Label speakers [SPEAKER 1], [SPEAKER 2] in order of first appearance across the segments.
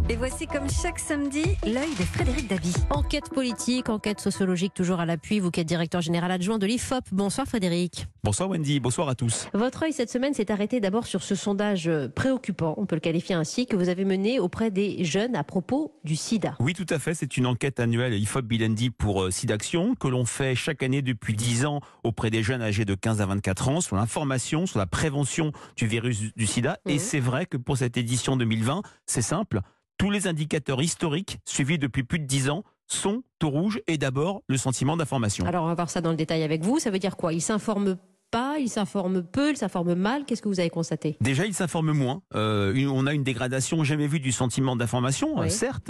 [SPEAKER 1] Et voici comme chaque samedi, l'œil de Frédéric Dabi.
[SPEAKER 2] Enquête politique, enquête sociologique toujours à l'appui. Vous qui êtes directeur général adjoint de l'IFOP. Bonsoir Frédéric.
[SPEAKER 3] Bonsoir Wendy, bonsoir à tous.
[SPEAKER 2] Votre œil cette semaine s'est arrêté d'abord sur ce sondage préoccupant, on peut le qualifier ainsi, que vous avez mené auprès des jeunes à propos du sida.
[SPEAKER 3] Oui, tout à fait, c'est une enquête annuelle IFOP Bilendi pour SIDAction que l'on fait chaque année depuis 10 ans auprès des jeunes âgés de 15 à 24 ans sur l'information, sur la prévention du virus du sida. Et c'est vrai que pour cette édition 2020, c'est simple. Tous les indicateurs historiques suivis depuis plus de 10 ans sont au rouge et d'abord le sentiment d'information.
[SPEAKER 2] Alors on va voir ça dans le détail avec vous. Ça veut dire quoi? Ils s'informent pas, ils s'informent peu, ils s'informent mal. Qu'est-ce que vous avez constaté?
[SPEAKER 3] Déjà, ils s'informent moins. On a une dégradation jamais vue du sentiment d'information.
[SPEAKER 2] Oui.
[SPEAKER 3] Certes,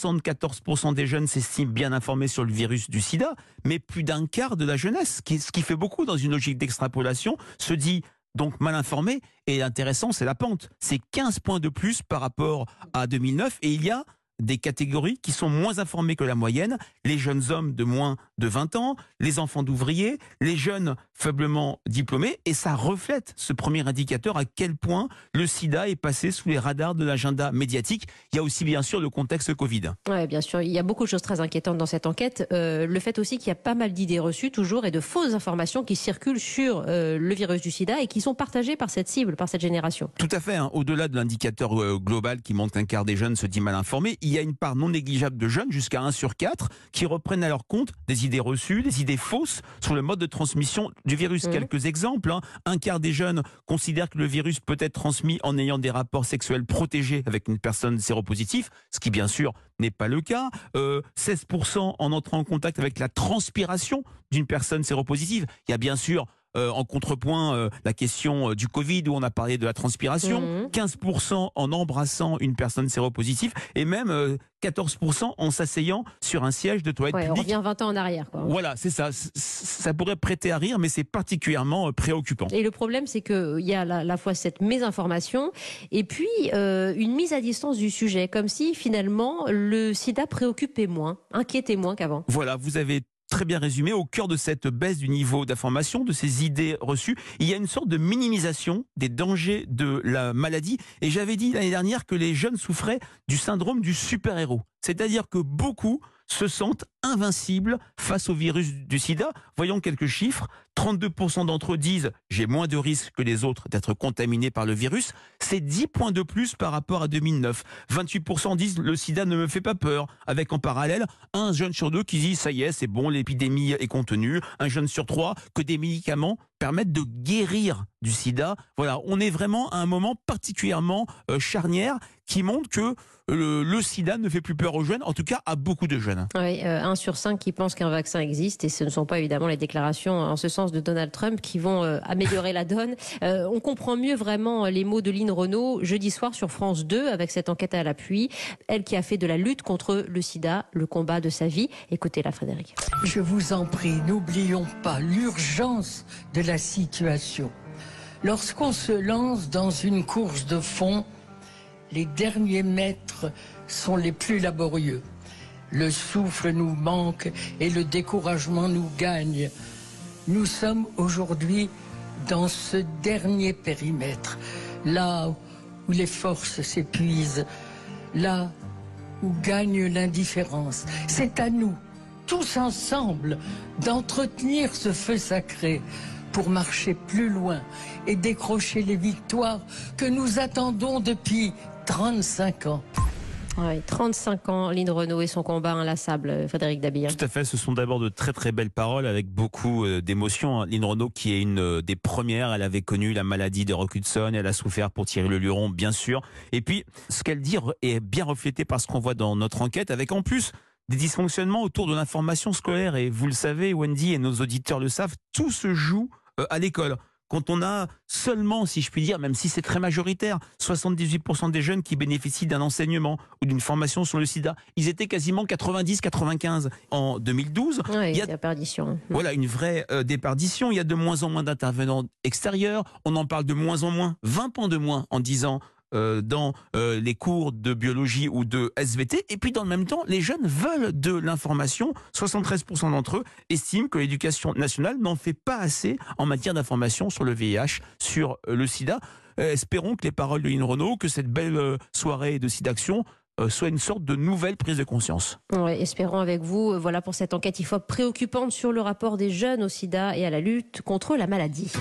[SPEAKER 3] 74% des jeunes s'estiment bien informés sur le virus du sida, mais plus d'un quart de la jeunesse, ce qui fait beaucoup dans une logique d'extrapolation, se dit donc mal informé. Et l'intéressant, c'est la pente. C'est 15 points de plus par rapport à 2009. Et il y a des catégories qui sont moins informées que la moyenne. Les jeunes hommes de moins de 20 ans, les enfants d'ouvriers, les jeunes faiblement diplômés. Et ça reflète, ce premier indicateur, à quel point le sida est passé sous les radars de l'agenda médiatique. Il y a aussi bien sûr le contexte Covid.
[SPEAKER 2] Oui, bien sûr. Il y a beaucoup de choses très inquiétantes dans cette enquête. Le fait aussi qu'il y a pas mal d'idées reçues toujours et de fausses informations qui circulent sur le virus du sida et qui sont partagées par cette cible, par cette génération.
[SPEAKER 3] Tout à fait. Au-delà de l'indicateur global qui montre qu'un quart des jeunes se dit mal informés, il y a une part non négligeable de jeunes, jusqu'à 1 sur 4, qui reprennent à leur compte des idées reçues, des idées fausses sur le mode de transmission du virus. Quelques exemples. Un quart des jeunes considèrent que le virus peut être transmis en ayant des rapports sexuels protégés avec une personne séropositive, ce qui bien sûr n'est pas le cas. 16% en entrant en contact avec la transpiration d'une personne séropositive. Il y a bien sûr en contrepoint la question du Covid où on a parlé de la transpiration, 15% en embrassant une personne séropositive et même 14% en s'asseyant sur un siège de toilette publique.
[SPEAKER 2] On revient 20 ans en arrière, quoi.
[SPEAKER 3] Voilà, c'est ça. Ça pourrait prêter à rire, mais c'est particulièrement préoccupant.
[SPEAKER 2] Et le problème, c'est qu'il y a à la fois cette mésinformation et puis une mise à distance du sujet, comme si finalement le sida préoccupait moins, inquiétait moins qu'avant.
[SPEAKER 3] Voilà, vous avez très bien résumé. Au cœur de cette baisse du niveau d'information, de ces idées reçues, il y a une sorte de minimisation des dangers de la maladie. Et j'avais dit l'année dernière que les jeunes souffraient du syndrome du super-héros. C'est-à-dire que beaucoup se sentent invincibles face au virus du sida. Voyons quelques chiffres. 32% d'entre eux disent « j'ai moins de risques que les autres d'être contaminés par le virus ». C'est 10 points de plus par rapport à 2009. 28% disent « le sida ne me fait pas peur ». Avec en parallèle, un jeune sur deux qui dit « ça y est, c'est bon, l'épidémie est contenue ». Un jeune sur trois que des médicaments permettent de guérir du sida. Voilà, on est vraiment à un moment particulièrement charnière qui montre que le sida ne fait plus peur aux jeunes, en tout cas à beaucoup de jeunes.
[SPEAKER 2] Oui, 1 sur 5 qui pense qu'un vaccin existe et ce ne sont pas évidemment les déclarations en ce sens de Donald Trump qui vont améliorer la donne. On comprend mieux vraiment les mots de Lynn Renaud jeudi soir sur France 2 avec cette enquête à l'appui. Elle qui a fait de la lutte contre le sida le combat de sa vie. Écoutez-la Frédéric.
[SPEAKER 4] Je vous en prie, n'oublions pas l'urgence de la situation. Lorsqu'on se lance dans une course de fond, les derniers mètres sont les plus laborieux. Le souffle nous manque et le découragement nous gagne. Nous sommes aujourd'hui dans ce dernier périmètre, là où les forces s'épuisent, là où gagne l'indifférence. C'est à nous, tous ensemble, d'entretenir ce feu sacré pour marcher plus loin et décrocher les victoires que nous attendons depuis 35 ans.
[SPEAKER 2] Oui, 35 ans, Lynn Renaud et son combat inlassable, Frédéric Dabi.
[SPEAKER 3] Tout à fait, ce sont d'abord de très très belles paroles avec beaucoup d'émotions. Lynn Renaud qui est une des premières, elle avait connu la maladie de Rock-Hudson, elle a souffert pour Thierry Le Luron, bien sûr. Et puis, ce qu'elle dit est bien reflété par ce qu'on voit dans notre enquête, avec en plus des dysfonctionnements autour de l'information scolaire. Et vous le savez, Wendy, et nos auditeurs le savent, tout se joue à l'école. Quand on a seulement, si je puis dire, même si c'est très majoritaire, 78% des jeunes qui bénéficient d'un enseignement ou d'une formation sur le sida, ils étaient quasiment 90-95 en 2012.
[SPEAKER 2] Oui,
[SPEAKER 3] il y a
[SPEAKER 2] déperdition.
[SPEAKER 3] Voilà, une vraie déperdition. Il y a de moins en moins d'intervenants extérieurs. On en parle de moins en moins, 20 points de moins en 10 ans. Dans les cours de biologie ou de SVT. Et puis dans le même temps, les jeunes veulent de l'information. 73% d'entre eux estiment que l'éducation nationale n'en fait pas assez en matière d'information sur le VIH, sur le sida. Espérons que les paroles de Lynn Renaud, que cette belle soirée de SIDAction soit une sorte de nouvelle prise de conscience.
[SPEAKER 2] Ouais, espérons avec vous, voilà pour cette enquête IFOP préoccupante sur le rapport des jeunes au sida et à la lutte contre la maladie.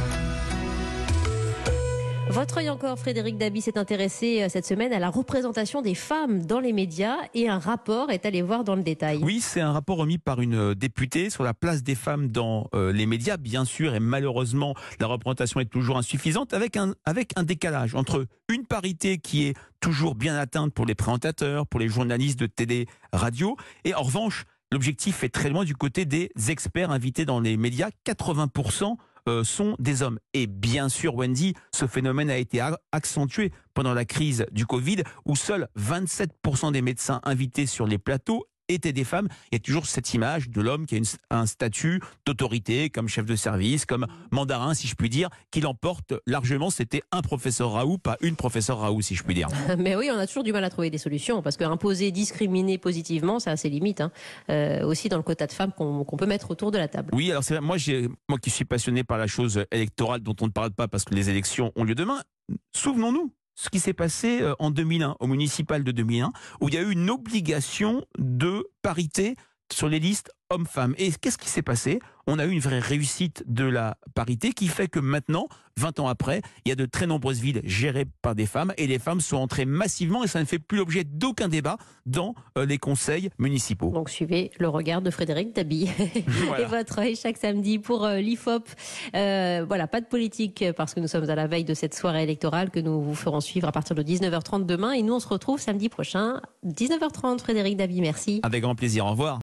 [SPEAKER 2] Votre œil encore, Frédéric Dabi, s'est intéressé cette semaine à la représentation des femmes dans les médias et un rapport est allé voir dans le détail.
[SPEAKER 3] Oui, c'est un rapport remis par une députée sur la place des femmes dans les médias, bien sûr, et malheureusement, la représentation est toujours insuffisante avec un décalage entre une parité qui est toujours bien atteinte pour les présentateurs, pour les journalistes de télé, radio, et en revanche, l'objectif est très loin du côté des experts invités dans les médias, 80% sont des hommes. Et bien sûr, Wendy, ce phénomène a été accentué pendant la crise du Covid, où seuls 27% des médecins invités sur les plateaux étaient des femmes. Il y a toujours cette image de l'homme qui a un statut d'autorité, comme chef de service, comme mandarin, si je puis dire, qui l'emporte largement. C'était un professeur Raoult, pas une professeure Raoult, si je puis dire.
[SPEAKER 2] Mais oui, on a toujours du mal à trouver des solutions, parce qu'imposer, discriminer positivement, ça a ses limites. Aussi dans le quota de femmes qu'on peut mettre autour de la table.
[SPEAKER 3] Oui, alors c'est vrai, moi qui suis passionné par la chose électorale dont on ne parle pas parce que les élections ont lieu demain, souvenons-nous ce qui s'est passé en 2001, au municipal de 2001, où il y a eu une obligation de parité sur les listes hommes-femmes. Et qu'est-ce qui s'est passé ? On a eu une vraie réussite de la parité qui fait que maintenant, 20 ans après, il y a de très nombreuses villes gérées par des femmes et les femmes sont entrées massivement et ça ne fait plus l'objet d'aucun débat dans les conseils municipaux.
[SPEAKER 2] Donc suivez le regard de Frédéric Dabi voilà. Et votre œil chaque samedi pour l'IFOP. Voilà, pas de politique parce que nous sommes à la veille de cette soirée électorale que nous vous ferons suivre à partir de 19h30 demain et nous on se retrouve samedi prochain, 19h30. Frédéric Dabi, merci.
[SPEAKER 3] Avec grand plaisir, au revoir.